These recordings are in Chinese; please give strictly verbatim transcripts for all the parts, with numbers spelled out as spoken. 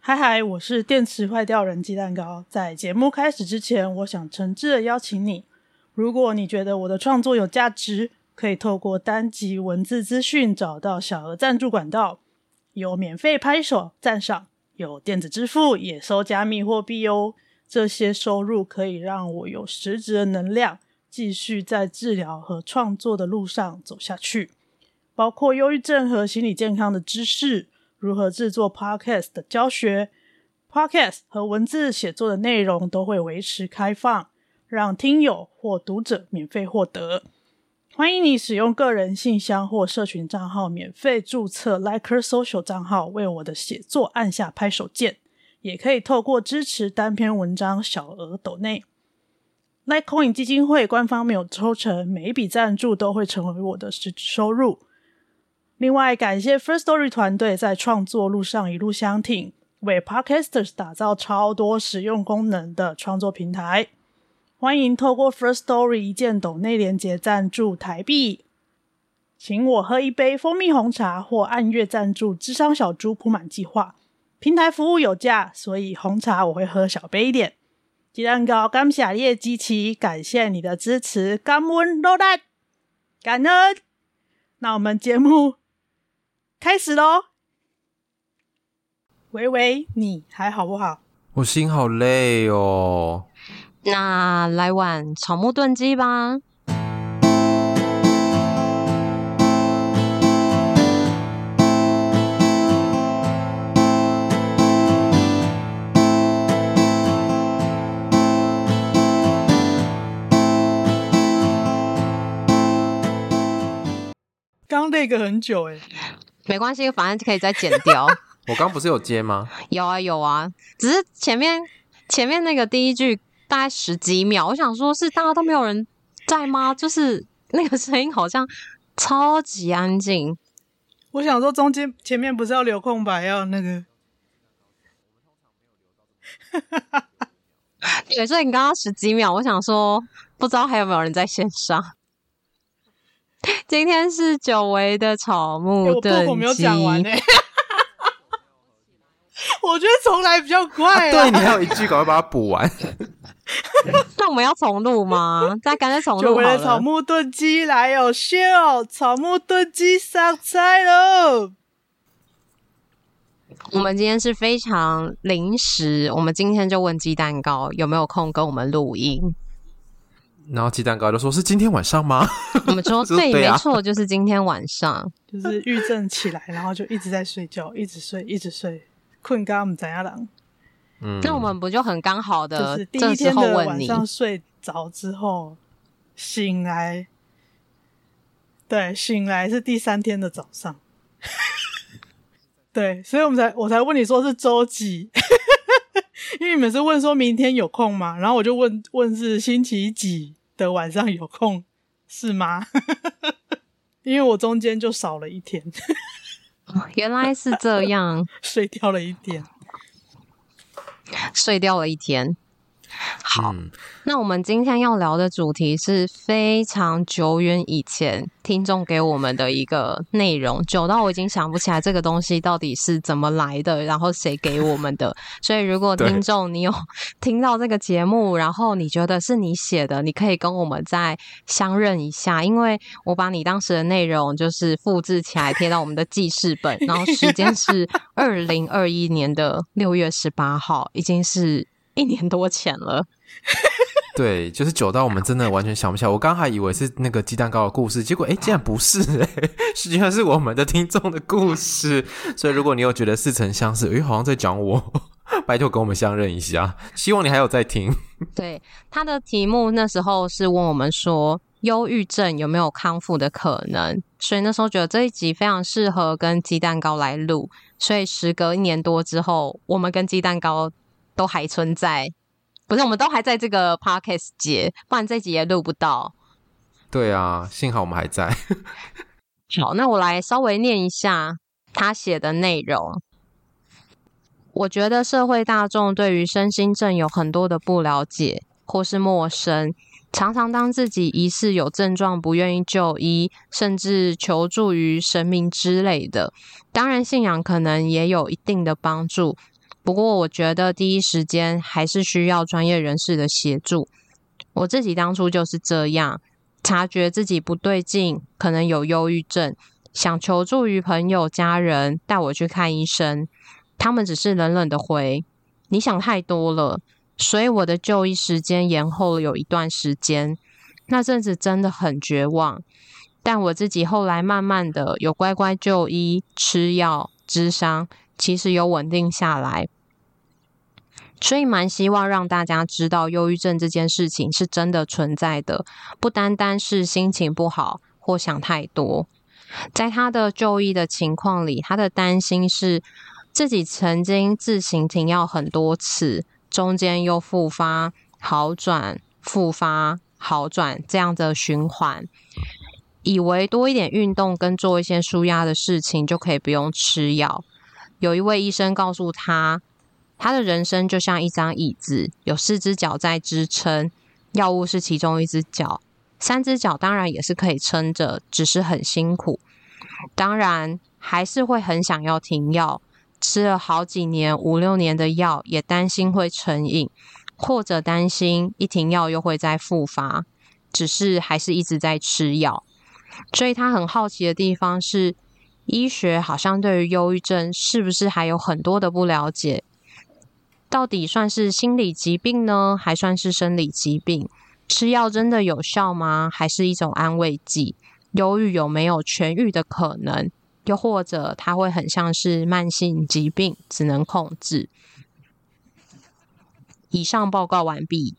嗨嗨，我是电池坏掉人鸡蛋糕。在节目开始之前，我想诚挚的邀请你，如果你觉得我的创作有价值，可以透过单集文字资讯找到小额赞助管道，有免费拍手赞赏，有电子支付，也收加密货币哦。这些收入可以让我有实质的能量，继续在治疗和创作的路上走下去，包括忧郁症和心理健康的知识，如何制作 podcast 的教学， podcast 和文字写作的内容都会维持开放，让听友或读者免费获得。欢迎你使用个人信箱或社群账号免费注册 Liker Social 账号，为我的写作按下拍手键，也可以透过支持单篇文章小额抖内。Litecoin 基金会官方没有抽成，每一笔赞助都会成为我的实质收入。另外感谢 Firstory 团队在创作路上一路相挺，为 Podcasters 打造超多实用功能的创作平台。欢迎透过 Firstory 一键抖内连结赞助台币，请我喝一杯蜂蜜红茶，或按月赞助智商小猪铺满计划。平台服务有价，所以红茶我会喝小杯一点。鸡蛋糕感谢你的支持，感谢你的支持，感恩落力，感恩。那我们节目开始咯。喂喂，你还好不好？ 我心好累哦。 那来碗草木炖鸡吧。 刚那个很久诶， 没关系，反正可以再剪掉。 我刚不是有接吗？ 有啊有啊，只是前面前面那个第一句大概十几秒，我想说是大家都没有人在吗？就是那个声音好像超级安静。 我想说中间前面不是要留空白要那个对，所以你刚刚十几秒，我想说不知道还有没有人在线上。今天是久违的草木炖鸡、欸、 我没有讲完欸我觉得重来比较快啊, 啊对，你还有一句赶快把它补完那我们要重录吗？再干脆重录好了。 久违的草木炖鸡来哦，秀草木炖鸡上菜咯。 我们今天是非常临时，我们今天就问鸡蛋糕有没有空跟我们录音， 然后鸡蛋糕就说是今天晚上吗？ 我们说对对、啊、 没错，就是今天晚上。 就是郁症起来然后就一直在睡觉，一直睡一直睡，困到不知道人。 嗯， 那我们不就很刚好的就是第一天的晚上睡着之后醒来，对，醒来是第三天的早上对，所以我们才我才问你说是周几因为你们是问说明天有空吗？然后我就问问是星期几的晚上有空是吗因为我中间就少了一天原来是这样睡掉了一天睡掉了一天。好、 嗯， 那我们今天要聊的主题是非常久远以前听众给我们的一个内容，久到我已经想不起来这个东西到底是怎么来的，然后谁给我们的。所以如果听众你有听到这个节目，然后你觉得是你写的，你可以跟我们再相认一下，因为我把你当时的内容就是复制起来贴到我们的记事本然后时间是二零二一年的六月十八号，已经是一年多前了。 对，就是久到我们真的完全想不起来。我刚还以为是那个鸡蛋糕的故事，结果诶竟然不是诶实际上是我们的听众的故事。所以如果你有觉得似曾相识，诶好像在讲我，拜托跟我们相认一下，希望你还有在听。 对，他的题目那时候是问我们说忧郁症有没有康复的可能，所以那时候觉得这一集非常适合跟鸡蛋糕来录，所以时隔一年多之后，我们跟鸡蛋糕都还存在，不是，我们都还在这个 podcast 节，不然这集也录不到。 对啊，幸好我们还在好，那我来稍微念一下他写的内容。我觉得社会大众对于身心症有很多的不了解或是陌生，常常当自己疑似有症状不愿意就医，甚至求助于神明之类的。当然信仰可能也有一定的帮助， 不过我觉得第一时间还是需要专业人士的协助。我自己当初就是这样，察觉自己不对劲，可能有忧郁症，想求助于朋友家人带我去看医生，他们只是冷冷的回你想太多了，所以我的就医时间延后了有一段时间。那阵子真的很绝望，但我自己后来慢慢的有乖乖就医，吃药咨商，其实有稳定下来。所以蛮希望让大家知道忧郁症这件事情是真的存在的，不单单是心情不好或想太多。在他的就医的情况里，他的担心是自己曾经自行停药很多次，中间又复发好转复发好转这样的循环，以为多一点运动跟做一些抒压的事情就可以不用吃药。有一位医生告诉他，他的人生就像一张椅子，有四只脚在支撑，药物是其中一只脚，三只脚当然也是可以撑着，只是很辛苦。当然还是会很想要停药，吃了好几年五六年的药，也担心会成瘾，或者担心一停药又会再复发，只是还是一直在吃药。所以他很好奇的地方是，医学好像对于忧郁症是不是还有很多的不了解，到底算是心理疾病呢，还算是生理疾病？吃药真的有效吗？还是一种安慰剂？忧郁有没有痊愈的可能？又或者它会很像是慢性疾病，只能控制？以上报告完毕。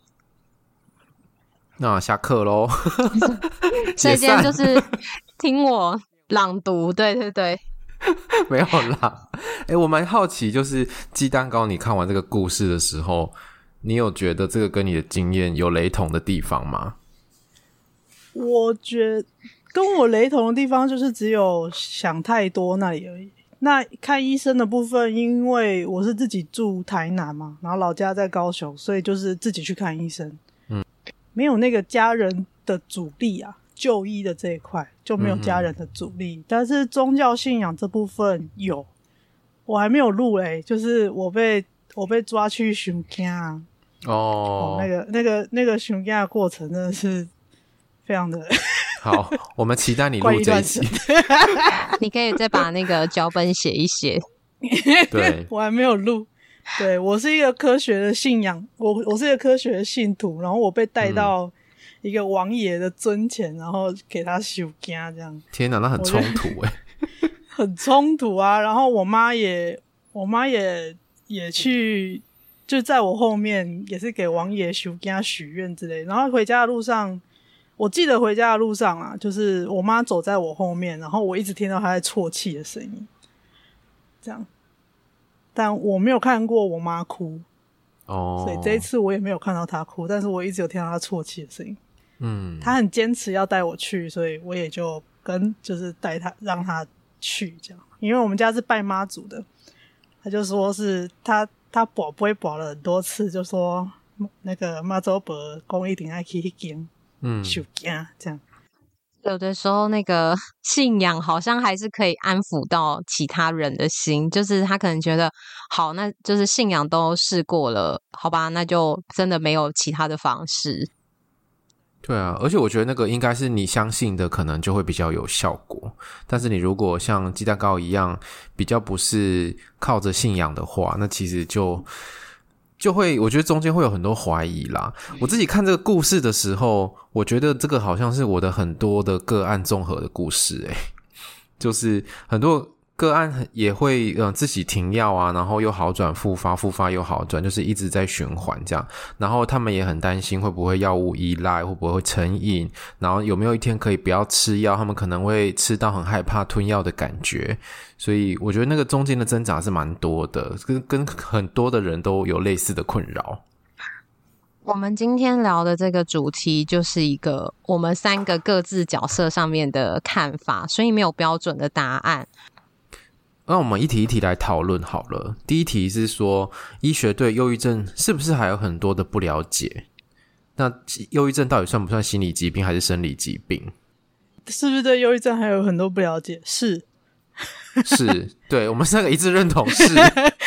那下课咯所以今天就是听我朗读，对对对。 没有啦，欸，我蛮好奇，就是鸡蛋糕你看完这个故事的时候，你有觉得这个跟你的经验有雷同的地方吗？ 我觉得跟我雷同的地方就是只有想太多那里而已。那看医生的部分，因为我是自己住台南嘛，然后老家在高雄，所以就是自己去看医生，嗯，没有那个家人的阻力啊，就医的这一块就没有家人的阻力，嗯，但是宗教信仰这部分有。我还没有录诶，就是我被我被抓去熊家哦，哦，那个那个那个熊家的过程真的是非常的好，我们期待你录这一期。 你可以再把那个脚本写一写。 对， 我还没有录。对，我是一个科学的信仰，我我是一个科学的信徒，然后我被带到一个王爷的尊前，然后给他修家这样。 天哪，那很冲突诶。 很冲突啊！然后我妈也，我妈也也去，就在我后面，也是给王爷修家许愿之类。然后回家的路上，我记得回家的路上啊，就是我妈走在我后面，然后我一直听到她在啜泣的声音，这样。但我没有看过我妈哭哦，所以这一次我也没有看到她哭，但是我一直有听到她啜泣的声音。嗯，她很坚持要带我去，所以我也就跟就是带她让她去这样，因为我们家是拜妈祖的，他就说是他他保杯保了很多次，就说那个妈祖婆公一定要去那间嗯受惊这样。 有的时候那个信仰好像还是可以安抚到其他人的心，就是他可能觉得好，那就是信仰都试过了，好吧，那就真的没有其他的方式。 对啊，而且我觉得那个应该是你相信的可能就会比较有效果，但是你如果像鸡蛋糕一样比较不是靠着信仰的话，那其实就就会我觉得中间会有很多怀疑啦。我自己看这个故事的时候，我觉得这个好像是我的很多的个案综合的故事诶，就是很多个案也会呃自己停药啊，然后又好转复发，复发又好转，就是一直在循环这样。然后他们也很担心会不会药物依赖，会不会成瘾，然后有没有一天可以不要吃药，他们可能会吃到很害怕吞药的感觉。所以我觉得那个中间的挣扎是蛮多的，跟跟很多的人都有类似的困扰。 我们今天聊的这个主题就是一个我们三个各自角色上面的看法，所以没有标准的答案。 那我们一题一题来讨论好了。第一题是说，医学对忧郁症是不是还有很多的不了解？那忧郁症到底算不算心理疾病还是生理疾病？ 是不是对忧郁症还有很多不了解？是， 是，对，我们三个一致认同是。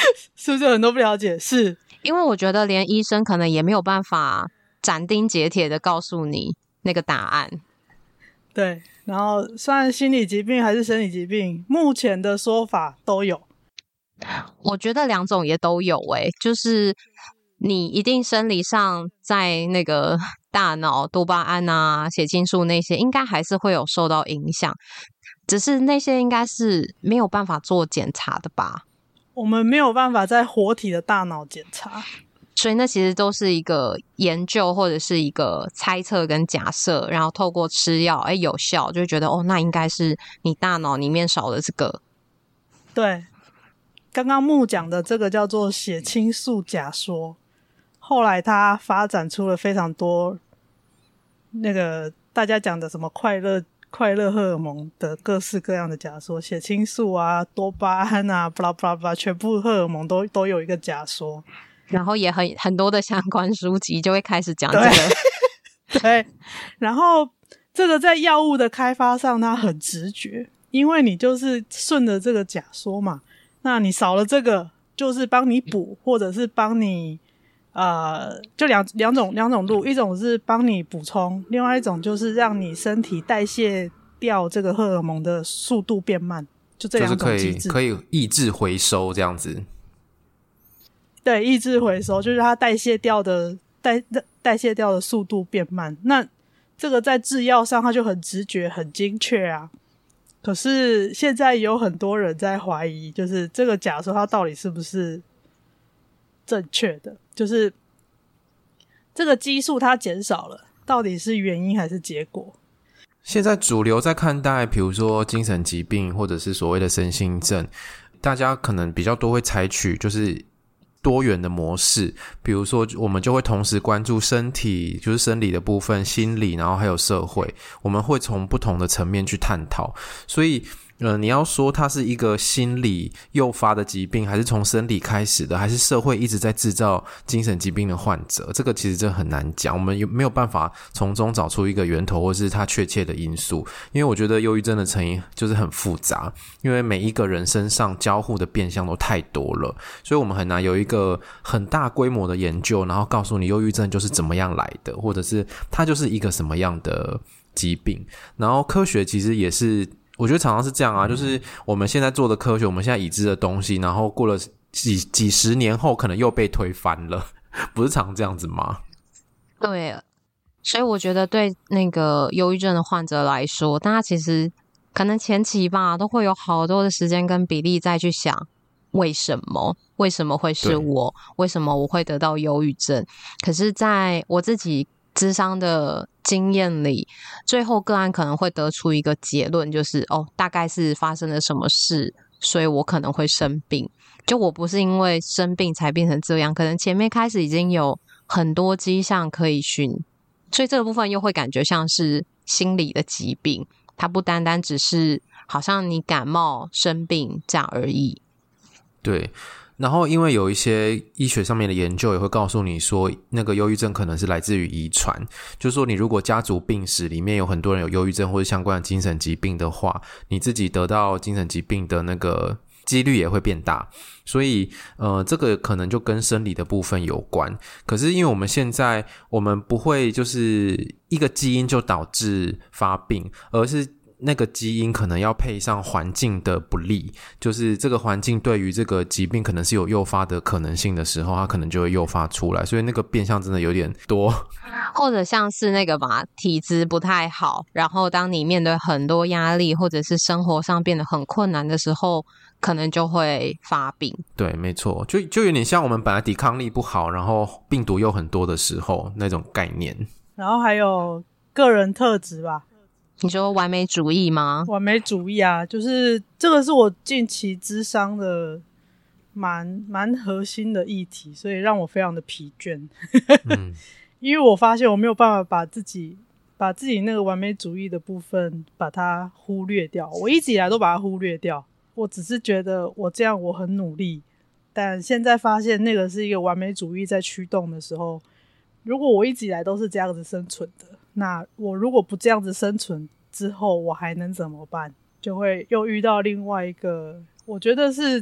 是不是有很多不了解？是因为我觉得连医生可能也没有办法斩钉截铁的告诉你那个答案。 对，然后算心理疾病还是生理疾病，目前的说法都有。 我觉得两种也都有诶、欸，就是你一定生理上在那个大脑多巴胺啊、血清素那些应该还是会有受到影响，只是那些应该是没有办法做检查的吧。 我们没有办法在活体的大脑检查， 所以那其实都是一个研究或者是一个猜测跟假设，然后透过吃药哎有效，就会觉得哦那应该是你大脑里面少了这个。 对，刚刚木讲的这个叫做血清素假说，后来它发展出了非常多那个大家讲的什么快乐快乐荷尔蒙的各式各样的假说，血清素啊、多巴胺啊、巴拉巴拉巴拉，全部荷尔蒙都都有一个假说， 然后也很很多的相关书籍就会开始讲这个。 对，对，然后这个在药物的开发上它很直觉，因为你就是顺着这个假说嘛，那你少了这个就是帮你补，或者是帮你呃，就两两种两种路，一种是帮你补充，另外一种就是让你身体代谢掉这个荷尔蒙的速度变慢，就这两种机制， 就是可以可以抑制回收这样子。 对，抑制回收就是它代谢掉的代代谢掉的速度变慢。那这个在制药上它就很直觉很精确啊。可是现在有很多人在怀疑，就是这个假说它到底是不是正确的，就是这个激素它减少了，到底是原因还是结果？ 现在主流在看待比如说精神疾病或者是所谓的身心症，大家可能比较多会采取就是多元的模式，比如说我们就会同时关注身体，就是生理的部分、心理，然后还有社会，我们会从不同的层面去探讨。所以呃，你要说它是一个心理诱发的疾病，还是从生理开始的，还是社会一直在制造精神疾病的患者，这个其实真的很难讲，我们没有办法从中找出一个源头或是它确切的因素。因为我觉得忧郁症的成因就是很复杂，因为每一个人身上交互的变项都太多了，所以我们很难有一个很大规模的研究，然后告诉你忧郁症就是怎么样来的，或者是它就是一个什么样的疾病。然后科学其实也是我觉得常常是这样啊，就是我们现在做的科学，我们现在已知的东西，然后过了几几十年后可能又被推翻了，不是常这样子吗？ 对，所以我觉得对那个忧郁症的患者来说，大家其实可能前期吧都会有好多的时间跟比例再去想为什么为什么会是我，为什么我会得到忧郁症。可是在我自己諮商的经验里，最后个案可能会得出一个结论，就是哦，大概是发生了什么事，所以我可能会生病。就我不是因为生病才变成这样，可能前面开始已经有很多迹象可以寻，所以这个部分又会感觉像是心理的疾病，它不单单只是好像你感冒生病这样而已。 对，然后因为有一些医学上面的研究也会告诉你说，那个忧郁症可能是来自于遗传，就是说你如果家族病史里面有很多人有忧郁症或者相关的精神疾病的话，你自己得到精神疾病的那个几率也会变大，所以呃，这个可能就跟生理的部分有关。可是因为我们现在我们不会就是一个基因就导致发病，而是那个基因可能要配上环境的不利，就是这个环境对于这个疾病可能是有诱发的可能性的时候，它可能就会诱发出来，所以那个变相真的有点多。 或者像是那个吧，体质不太好，然后当你面对很多压力或者是生活上变得很困难的时候，可能就会发病。 对，没错，就就有点像我们本来抵抗力不好，然后病毒又很多的时候那种概念。 然后还有个人特质吧。 你说完美主义吗？ 完美主义啊，就是这个是我近期諮商的蛮蛮核心的议题，所以让我非常的疲倦。嗯，因为我发现我没有办法把自己把自己那个完美主义的部分把它忽略掉，我一直以来都把它忽略掉，我只是觉得我这样我很努力，但现在发现那个是一个完美主义在驱动的时候，如果我一直以来都是这样子生存的，那我如果不这样子生存之后我还能怎么办？就会又遇到另外一个我觉得是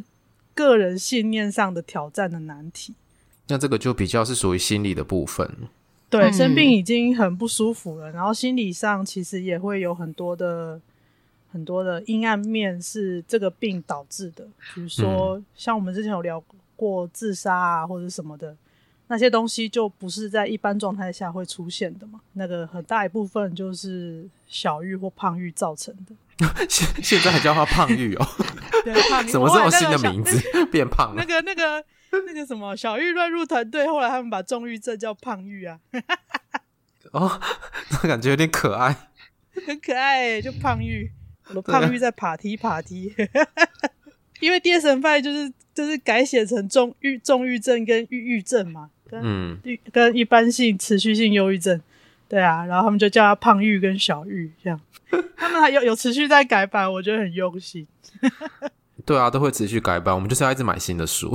个人信念上的挑战的难题。 那这个就比较是属于心理的部分。 对， 嗯生病已经很不舒服了，然后心理上其实也会有很多的很多的阴暗面是这个病导致的，比如说、嗯、像我们之前有聊过自杀啊或者什么的，那些东西就不是在一般状态下会出现的嘛，那个很大一部分就是小玉或胖玉造成的。 现现在还叫他胖玉哦？ 对，胖玉。 什么这种新的名字？变胖了？ 那个那个那个什么小玉乱入团队，后来他们把重郁症叫胖玉啊。 哦，那感觉有点可爱， 很可爱耶，就胖玉。我的胖玉在爬梯爬梯。因为 D S M 五 就是就是改写成重郁重郁症跟郁郁症嘛，跟、嗯、跟一般性持续性忧郁症，对啊，然后他们就叫他胖玉跟小玉这样。他们还有有持续在改版，我觉得很用心。 对啊，都会持续改版，我们就是要一直买新的书。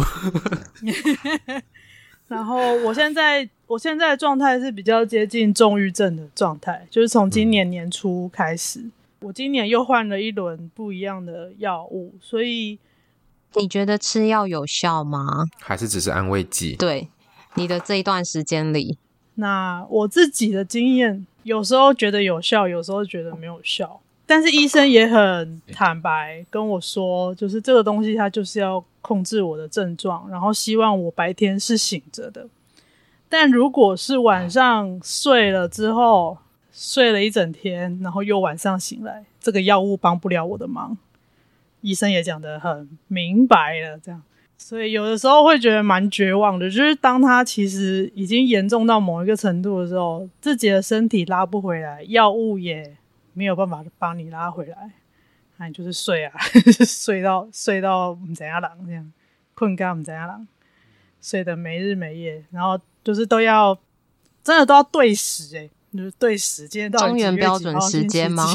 然后我现在我现在的状态是比较接近重郁症的状态，就是从今年年初开始、嗯、我今年又换了一轮不一样的药物，所以你觉得吃药有效吗？ 还是只是安慰剂？ 对，你的这一段时间里， 那我自己的经验，有时候觉得有效，有时候觉得没有效。但是医生也很坦白跟我说，就是这个东西它就是要控制我的症状，然后希望我白天是醒着的。但如果是晚上睡了之后，睡了一整天，然后又晚上醒来，这个药物帮不了我的忙。医生也讲得很明白了，这样，所以有的时候会觉得蛮绝望的，就是当他其实已经严重到某一个程度的时候，自己的身体拉不回来，药物也没有办法帮你拉回来，那你就是睡啊，睡到睡到不知道人这样，困到不知道人，睡得没日没夜，然后就是都要真的都要对时欸，就是对时间到底中原标准时间吗？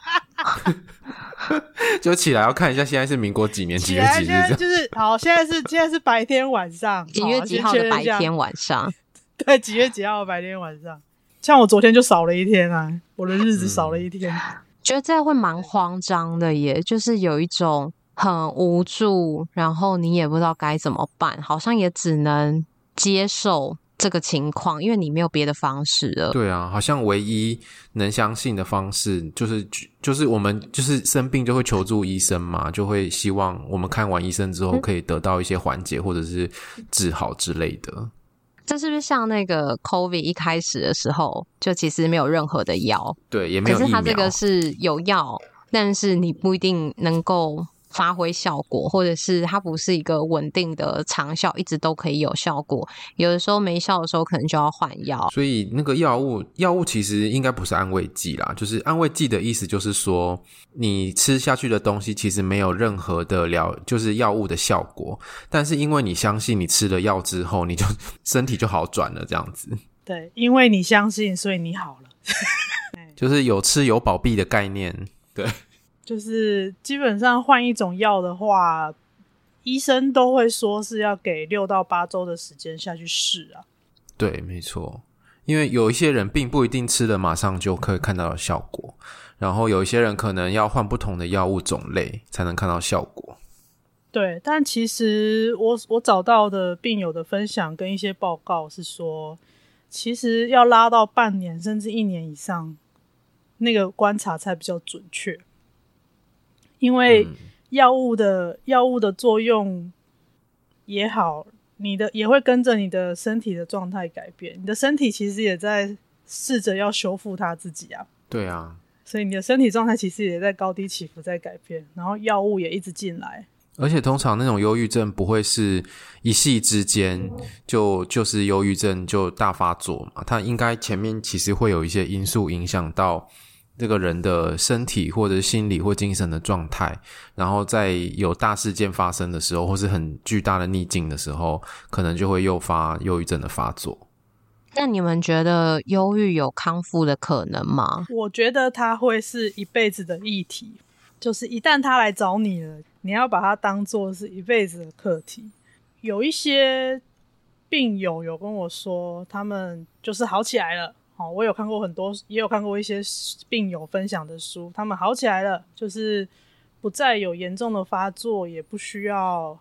就起来要看一下现在是民国几年几月几日， 现在就是好，现在是现在是白天晚上， 几月几号的白天晚上？ 对，几月几号的白天晚上？像我昨天就少了一天啊，我的日子少了一天，嗯、 觉得这会蛮慌张的耶，就是有一种很无助，然后你也不知道该怎么办，好像也只能接受这个情况，因为你没有别的方式了。 对啊，好像唯一能相信的方式就是就是我们就是生病就会求助医生嘛，就会希望我们看完医生之后可以得到一些缓解、嗯、或者是治好之类的。 这是不是像那个 COVID 一开始的时候就其实没有任何的药？ 对，也没有疫苗。 可是它这个是有药，但是你不一定能够发挥效果，或者是它不是一个稳定的长效，一直都可以有效果，有的时候没效的时候可能就要换药。 所以那个药物药物其实应该不是安慰剂啦，就是安慰剂的意思就是说你吃下去的东西其实没有任何的疗就是药物的效果，但是因为你相信你吃了药之后你就身体就好转了这样子。 对，因为你相信所以你好了。 就是有吃有保庇的概念。对， 就是基本上换一种药的话，医生都会说是要给六到八周的时间下去试啊。 对，没错，因为有一些人并不一定吃了马上就可以看到效果，然后有一些人可能要换不同的药物种类才能看到效果。 对，但其实我我找到的病友的分享跟一些报告是说，其实要拉到半年甚至一年以上，那个观察才比较准确。因为药物的、嗯、药物的作用也好，你的也会跟着你的身体的状态改变，你的身体其实也在试着要修复它自己啊。 对啊， 所以你的身体状态其实也在高低起伏在改变，然后药物也一直进来。 而且通常那种忧郁症不会是一夕之间就就是忧郁症就大发作嘛，它应该前面其实会有一些因素影响到这个人的身体或者心理或精神的状态，然后在有大事件发生的时候或是很巨大的逆境的时候，可能就会诱发忧郁症的发作。 那你们觉得忧郁有康复的可能吗？ 我觉得它会是一辈子的议题，就是一旦他来找你了，你要把它当作是一辈子的课题。有一些病友有跟我说他们就是好起来了，我有看过很多，也有看过一些病友分享的书，他们好起来了，就是不再有严重的发作，也不需要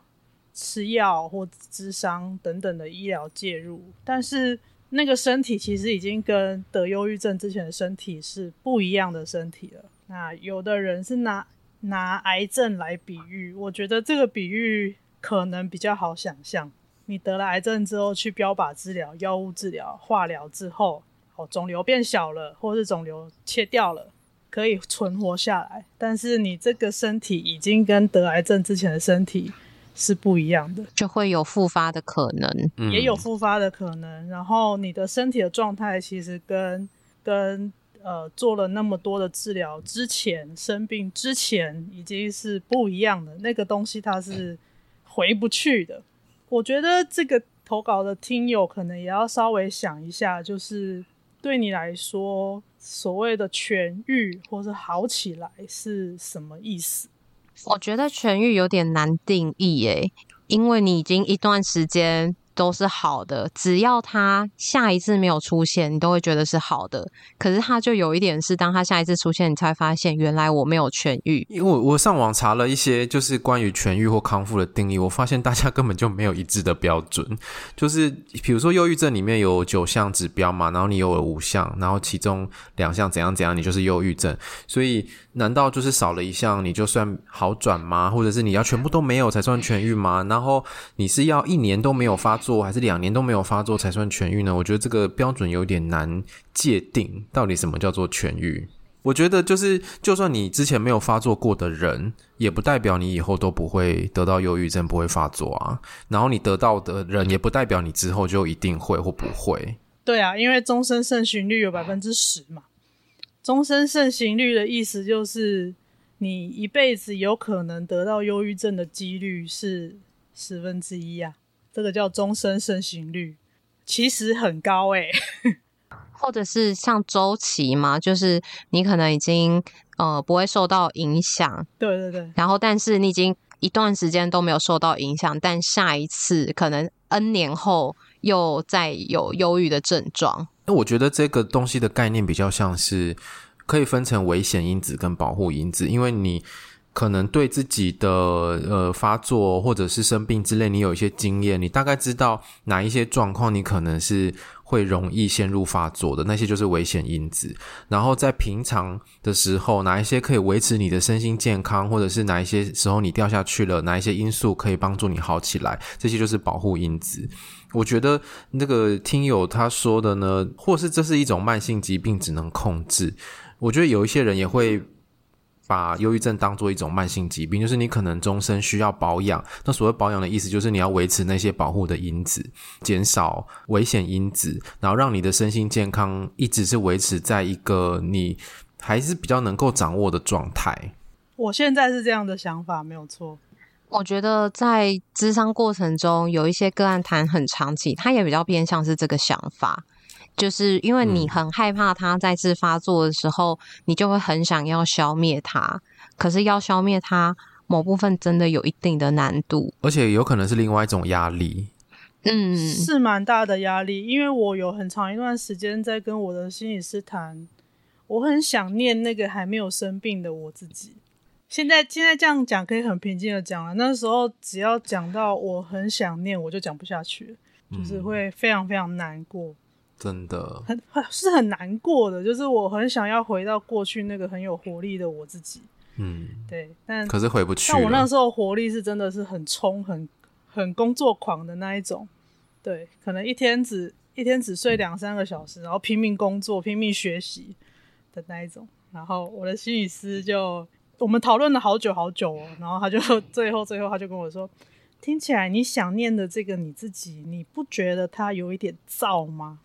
吃药或咨商等等的医疗介入，但是那个身体其实已经跟得忧郁症之前的身体是不一样的身体了。那有的人是拿拿癌症来比喻，我觉得这个比喻可能比较好想象。你得了癌症之后去标靶治疗、药物治疗、化疗之后，哦，肿瘤变小了，或是肿瘤切掉了，可以存活下来，但是你这个身体已经跟得癌症之前的身体是不一样的， 就会有复发的可能， 嗯也有复发的可能。然后你的身体的状态其实跟跟呃做了那么多的治疗之前，生病之前已经是不一样的，那个东西它是回不去的。我觉得这个投稿的听友可能也要稍微想一下，就是对你来说所谓的痊愈或是好起来是什么意思？ 我觉得痊愈有点难定义耶，因为你已经一段时间都是好的，只要它下一次没有出现，你都会觉得是好的。可是它就有一点是，当它下一次出现，你才发现原来我没有痊愈。 因为我我上网查了一些就是关于痊愈或康复的定义，我发现大家根本就没有一致的标准。就是比如说忧郁症里面有九项指标嘛，然后你有五项，然后其中两项怎样怎样，你就是忧郁症。所以难道就是少了一项你就算好转吗？或者是你要全部都没有才算痊愈吗？然后你是要一年都没有发作还是两年都没有发作才算痊愈呢？我觉得这个标准有点难界定，到底什么叫做痊愈。我觉得就是就算你之前没有发作过的人，也不代表你以后都不会得到忧郁症不会发作啊，然后你得到的人也不代表你之后就一定会或不会。 对啊，因为终身盛行率有 百分之十 嘛，终身盛行率的意思就是你一辈子有可能得到忧郁症的几率是十分之一啊，这个叫终身盛行率，其实很高欸。 或者是像周期嘛，就是你可能已经呃不会受到影响， 对对对， 然后但是你已经一段时间都没有受到影响，但下一次可能 N 年后又再有忧郁的症状。 那我觉得这个东西的概念比较像是可以分成危险因子跟保护因子，因为你可能对自己的呃发作或者是生病之类你有一些经验，你大概知道哪一些状况你可能是会容易陷入发作的，那些就是危险因子。然后在平常的时候，哪一些可以维持你的身心健康，或者是哪一些时候你掉下去了，哪一些因素可以帮助你好起来，这些就是保护因子。我觉得那个听友他说的呢，或是这是一种慢性疾病只能控制，我觉得有一些人也会把忧郁症当作一种慢性疾病，就是你可能终身需要保养。那所谓保养的意思就是你要维持那些保护的因子，减少危险因子，然后让你的身心健康一直是维持在一个你还是比较能够掌握的状态。 我现在是这样的想法，没有错。 我觉得在諮商过程中有一些个案谈很长期，他也比较偏向是这个想法，就是因为你很害怕他再次发作的时候、嗯、你就会很想要消灭他，可是要消灭他某部分真的有一定的难度， 而且有可能是另外一种压力。 嗯，是蛮大的压力，因为我有很长一段时间在跟我的心理师谈，我很想念那个还没有生病的我自己。现在现在这样讲可以很平静的讲了，那时候只要讲到我很想念，我就讲不下去了、嗯、就是会非常非常难过， 真的很是很难过的，就是我很想要回到过去那个很有活力的我自己。嗯，对，但可是回不去了。 但我那时候活力是真的是很冲很很工作狂的那一种，对，可能一天只一天只睡两三个小时，然后拼命工作拼命学习的那一种。然后我的心理师就我们讨论了好久好久哦，然后他就最后最后他就跟我说，听起来你想念的这个你自己，你不觉得他有一点燥吗？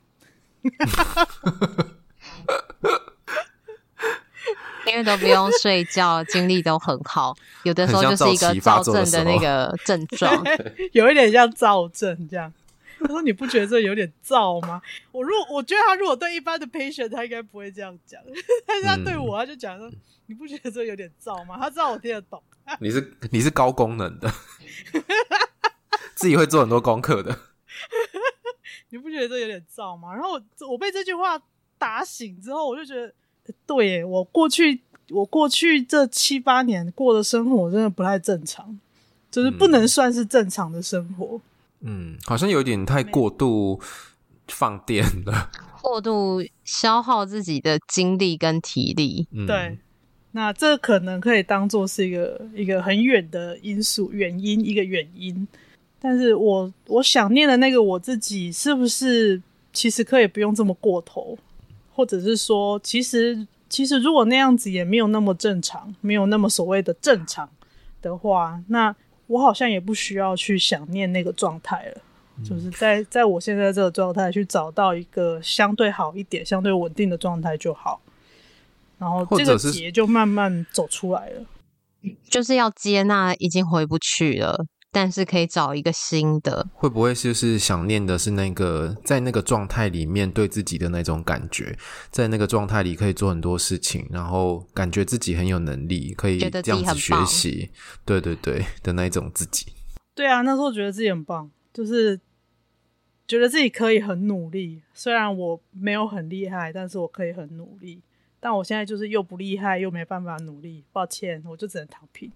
因为都不用睡觉，精力都很好，有的时候就是一个躁症的那个症状， 有一点像躁症这样。他说你不觉得这有点躁吗？我如果我觉得他如果对一般的 patient 他应该不会这样讲，但是他对我他就讲说、嗯、你不觉得这有点躁吗？他知道我听得懂。 你是你是高功能的自己会做很多功课的你不觉得这有点躁吗？然后 我, 我被这句话打醒之后，我就觉得对耶，我过去我过去这七八年过的生活真的不太正常， 就是不能算是正常的生活。 嗯，好像有点太过度放电了， 过度消耗自己的精力跟体力。 嗯、 对，那这可能可以当作是一个一个很远的因素原因，一个原因。但是我我想念的那个我自己，是不是其实可以不用这么过头，或者是说，其实其实如果那样子也没有那么正常，没有那么所谓的正常的话，那我好像也不需要去想念那个状态了。嗯、就是在在我现在这个状态去找到一个相对好一点、相对稳定的状态就好，然后这个结就慢慢走出来了。 就是要接纳已经回不去了，但是可以找一个新的。 会不会就是想念的是那个在那个状态里面对自己的那种感觉，在那个状态里可以做很多事情，然后感觉自己很有能力，可以这样子学习，对对对的那种自己。 对啊，那时候觉得自己很棒，就是觉得自己可以很努力，虽然我没有很厉害，但是我可以很努力。但我现在就是又不厉害又没办法努力，抱歉，我就只能躺平。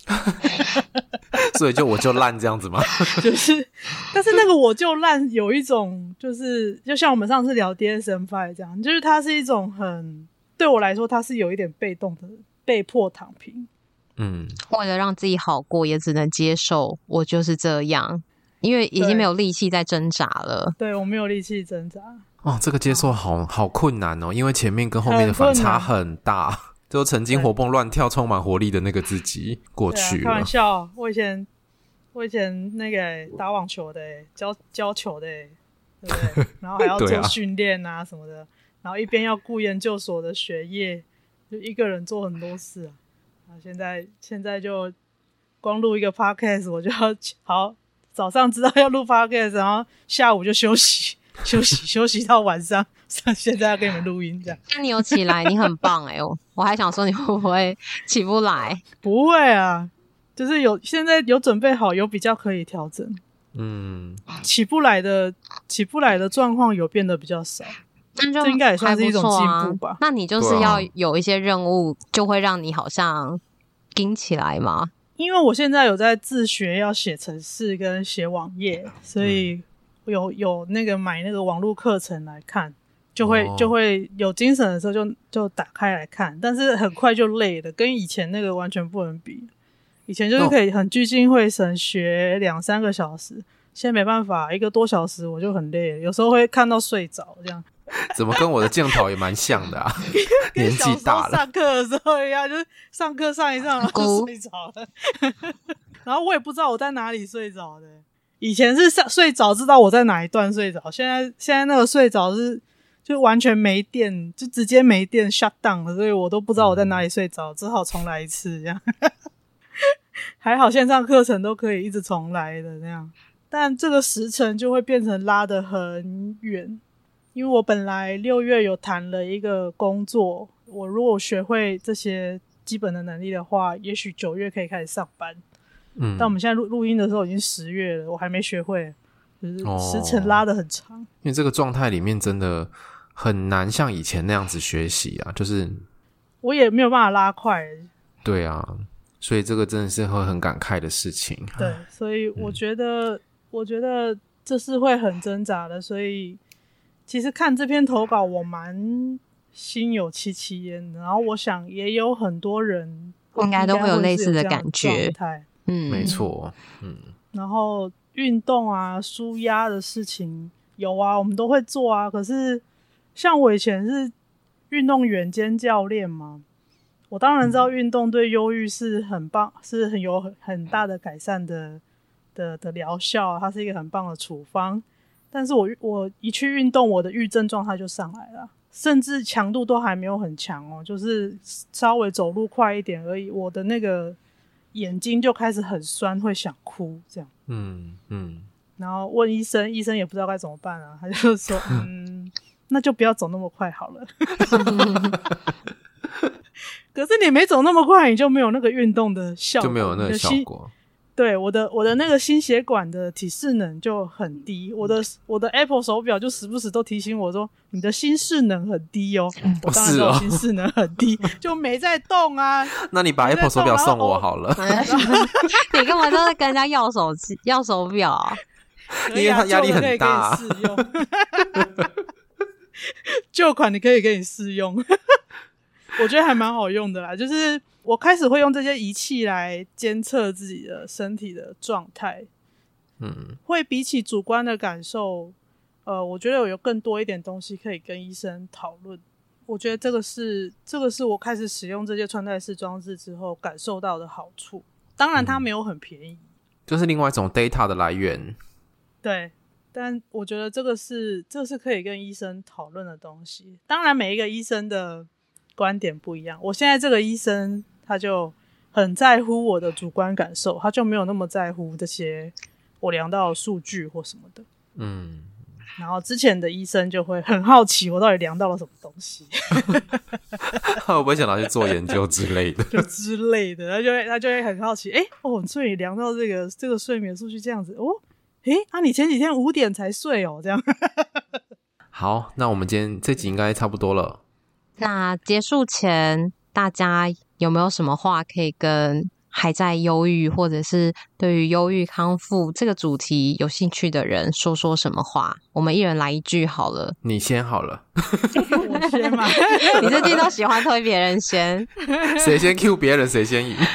所以就我就烂这样子吗？ 就是，但是那个我就烂有一种就是就像我们上次聊 D S M 五 这样，就是它是一种很对我来说它是有一点被动的被迫躺平。 嗯，为了让自己好过也只能接受我就是这样，因为已经没有力气再挣扎了。 对，我没有力气挣扎。 哦，这个接受好好困难哦，因为前面跟后面的反差很大，就曾经活蹦乱跳充满活力的那个自己过去了。 开玩笑，我以前我以前那个打网球的教教球的，对不对？然后还要做训练啊什么的，然后一边要顾研究所的学业，就一个人做很多事啊。然后现在现在就光录一个 podcast 我就要好早上知道要录 podcast， 然后下午就休息休息休息到晚上，现在要跟你们录音这样。 那你有起来，你很棒哎、欸！我还想说你会不会起不来？ 不会啊，就是有现在有准备好，有比较可以调整。嗯，起不来的起不来的状况有变得比较少， 那就这应该也算是一种进步吧、啊。 那你就是要有一些任务，就会让你好像盯起来吗？ 因为我现在有在自学要写程式跟写网页，所以有有那个买那个网络课程来看，就会、哦、就会有精神的时候就就打开来看，但是很快就累了，跟以前那个完全不能比。以前就是可以很聚精会神学两三个小时，现在没办法，一个多小时我就很累了，有时候会看到睡着这样。 怎么跟我的镜头也蛮像的啊？年纪大了， 上课的时候一样，就是上课上一上然后就睡着了，然后我也不知道我在哪里睡着的。以前是上睡着知道我在哪一段睡着，现在现在那个睡着是就完全没电，就直接没电 shut down 了，所以我都不知道我在哪里睡着，只好重来一次这样。还好线上课程都可以一直重来的那样，但这个时程就会变成拉得很远。因为我本来六月有谈了一个工作，我如果学会这些基本的能力的话，也许九月可以开始上班。嗯，但我们现在录录音的时候已经十月了，我还没学会，就是时程拉得很长。哦、 因为这个状态里面真的很难像以前那样子学习啊，就是我也没有办法拉快。 对啊，所以这个真的是会很感慨的事情。 对，所以我觉得、嗯、我觉得这是会很挣扎的，所以其实看这篇投稿我蛮心有戚戚焉的，然后我想也有很多人应该都会有类似的感觉。 嗯，没错。嗯， 然后运动啊舒压的事情有啊，我们都会做啊，可是像我以前是运动员兼教练嘛，我当然知道运动对忧郁是很棒，是很有很大的改善的的的疗效，它是一个很棒的处方。但是我我一去运动，我的郁症状态就上来了，甚至强度都还没有很强哦，就是稍微走路快一点而已，我的那个眼睛就开始很酸，会想哭这样。嗯嗯。然后问医生，医生也不知道该怎么办啊，他就说，嗯，那就不要走那么快好了。可是你没走那么快，你就没有那个运动的效果， 就没有那个效果。 对，我的我的那个心血管的体适能就很低，我的我的 Apple 手表就时不时都提醒我说你的心适能很低哦，我当然知道我心适能很低，哦、就没在动啊。 那你把 Apple 手表送我好了。 你干嘛都在跟人家要手机要手表、啊？ 因为他压力很大、啊。 旧款你可以给你试用，我觉得还蛮好用的啦，就是我开始会用这些仪器来监测自己的身体的状态，嗯，会比起主观的感受，呃，我觉得有更多一点东西可以跟医生讨论。我觉得这个是这个是我开始使用这些穿戴式装置之后感受到的好处。当然，它没有很便宜，嗯、 就是另外一种 data 的来源。 对，但我觉得这个是这个是可以跟医生讨论的东西。当然，每一个医生的观点不一样。我现在这个医生他就很在乎我的主观感受，他就没有那么在乎这些我量到的数据或什么的。嗯，然后之前的医生就会很好奇我到底量到了什么东西， 他会不会想拿去做研究之类的？ 就之类的，他就会他就会很好奇，哎、欸，哦，所以你量到这个这个睡眠数据这样子，哦，哎、欸，啊，你前几天五点才睡哦，这样。 好，那我们今天这集应该差不多了。 那结束前，大家有没有什么话可以跟还在忧郁或者是对于忧郁康复这个主题有兴趣的人说说什么话？我们一人来一句好了。 你先好了。 我先嘛。 你最近都喜欢推别人先。 谁先 cue 别人谁先赢。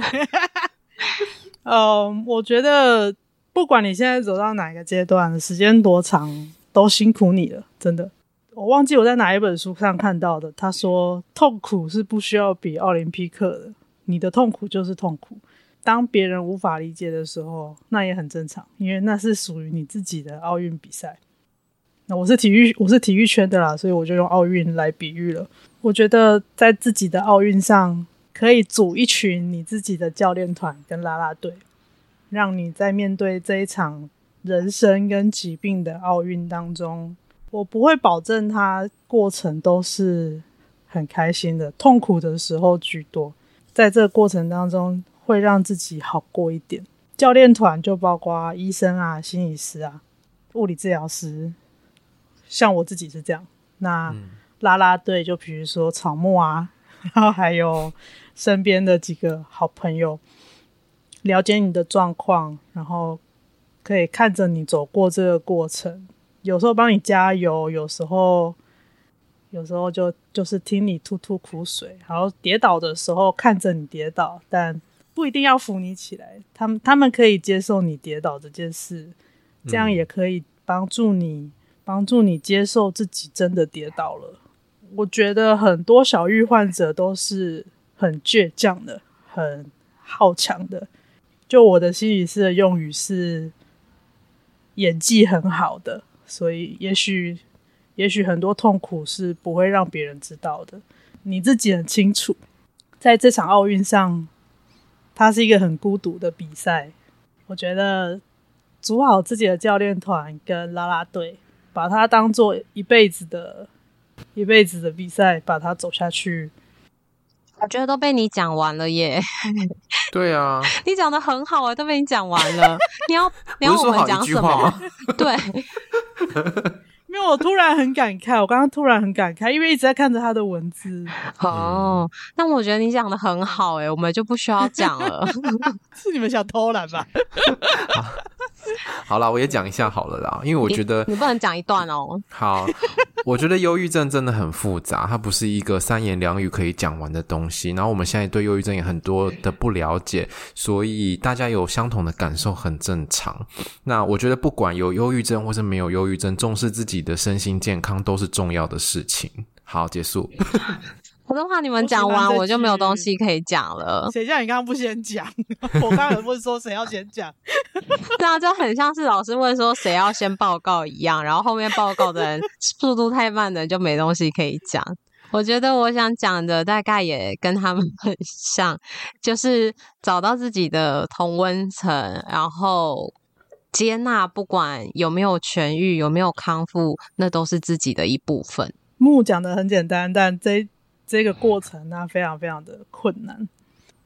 嗯，我觉得不管你现在走到哪个阶段，时间多长，都辛苦你了，真的。我忘记我在哪一本书上看到的，他说痛苦是不需要比奥林匹克的，你的痛苦就是痛苦。当别人无法理解的时候，那也很正常，因为那是属于你自己的奥运比赛。那我是体育，我是体育圈的啦，所以我就用奥运来比喻了。我觉得在自己的奥运上，可以组一群你自己的教练团跟啦啦队，让你在面对这一场人生跟疾病的奥运当中，我不会保证它过程都是很开心的，痛苦的时候居多。在这个过程当中会让自己好过一点。教练团就包括医生啊、心理师啊、物理治疗师，像我自己是这样。那啦啦队就比如说草木啊，然后还有身边的几个好朋友，了解你的状况，然后可以看着你走过这个过程，有时候帮你加油，有时候有时候就就是听你吐吐苦水，然后跌倒的时候看着你跌倒，但不一定要扶你起来，他们他们可以接受你跌倒这件事，这样也可以帮助你帮助你接受自己真的跌倒了。我觉得很多小郁患者都是很倔强的，很好强的。就我的心理师的用语是演技很好的，所以也许也许很多痛苦是不会让别人知道的，你自己很清楚。在这场奥运上，它是一个很孤独的比赛，我觉得组好自己的教练团跟啦啦队，把它当作一辈子的一辈子的比赛，把它走下去。 我觉得都被你讲完了耶。 对啊， 你讲得很好耶，都被你讲完了。你要你要我们讲什么？对。 因为我突然很感慨，我刚刚突然很感慨，因为一直在看着他的文字。 哦，但我觉得你讲得很好耶，我们就不需要讲了。 是你们想偷懒吧？ 好啦，我也讲一下好了啦，因为我觉得你, 你不能讲一段哦。 好，我觉得忧郁症真的很复杂，它不是一个三言两语可以讲完的东西。然后我们现在对忧郁症也很多的不了解，所以大家有相同的感受很正常。那我觉得不管有忧郁症或是没有忧郁症，重视自己的身心健康都是重要的事情。好，结束。 我的话你们讲完我就没有东西可以讲了。 谁叫你刚刚不先讲？我刚刚有问说谁要先讲。 对啊，就很像是老师问说谁要先报告一样，然后后面报告的人速度太慢的人就没东西可以讲。我觉得我想讲的大概也跟他们很像，就是找到自己的同温层，然后接纳不管有没有痊愈有没有康复，那都是自己的一部分。 木讲的很简单，但这这个过程呢非常非常的困难。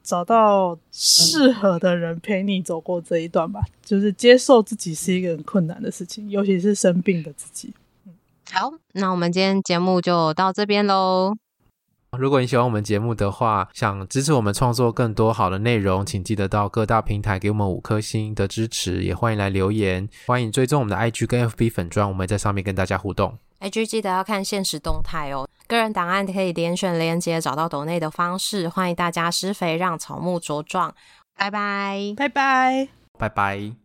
找到适合的人陪你走过这一段吧，就是接受自己是一个很困难的事情，尤其是生病的自己。 好，那我们今天节目就到这边咯。 如果你喜欢我们节目的话，想支持我们创作更多好的内容，请记得到各大平台给我们五颗星的支持，也欢迎来留言，欢迎追踪我们的 I G 跟 F B 粉专，我们在上面跟大家互动。 I G 记得要看限时动态哦，个人档案可以点选连结找到抖内的方式，欢迎大家施肥让草木茁壮。拜拜拜拜， 拜拜。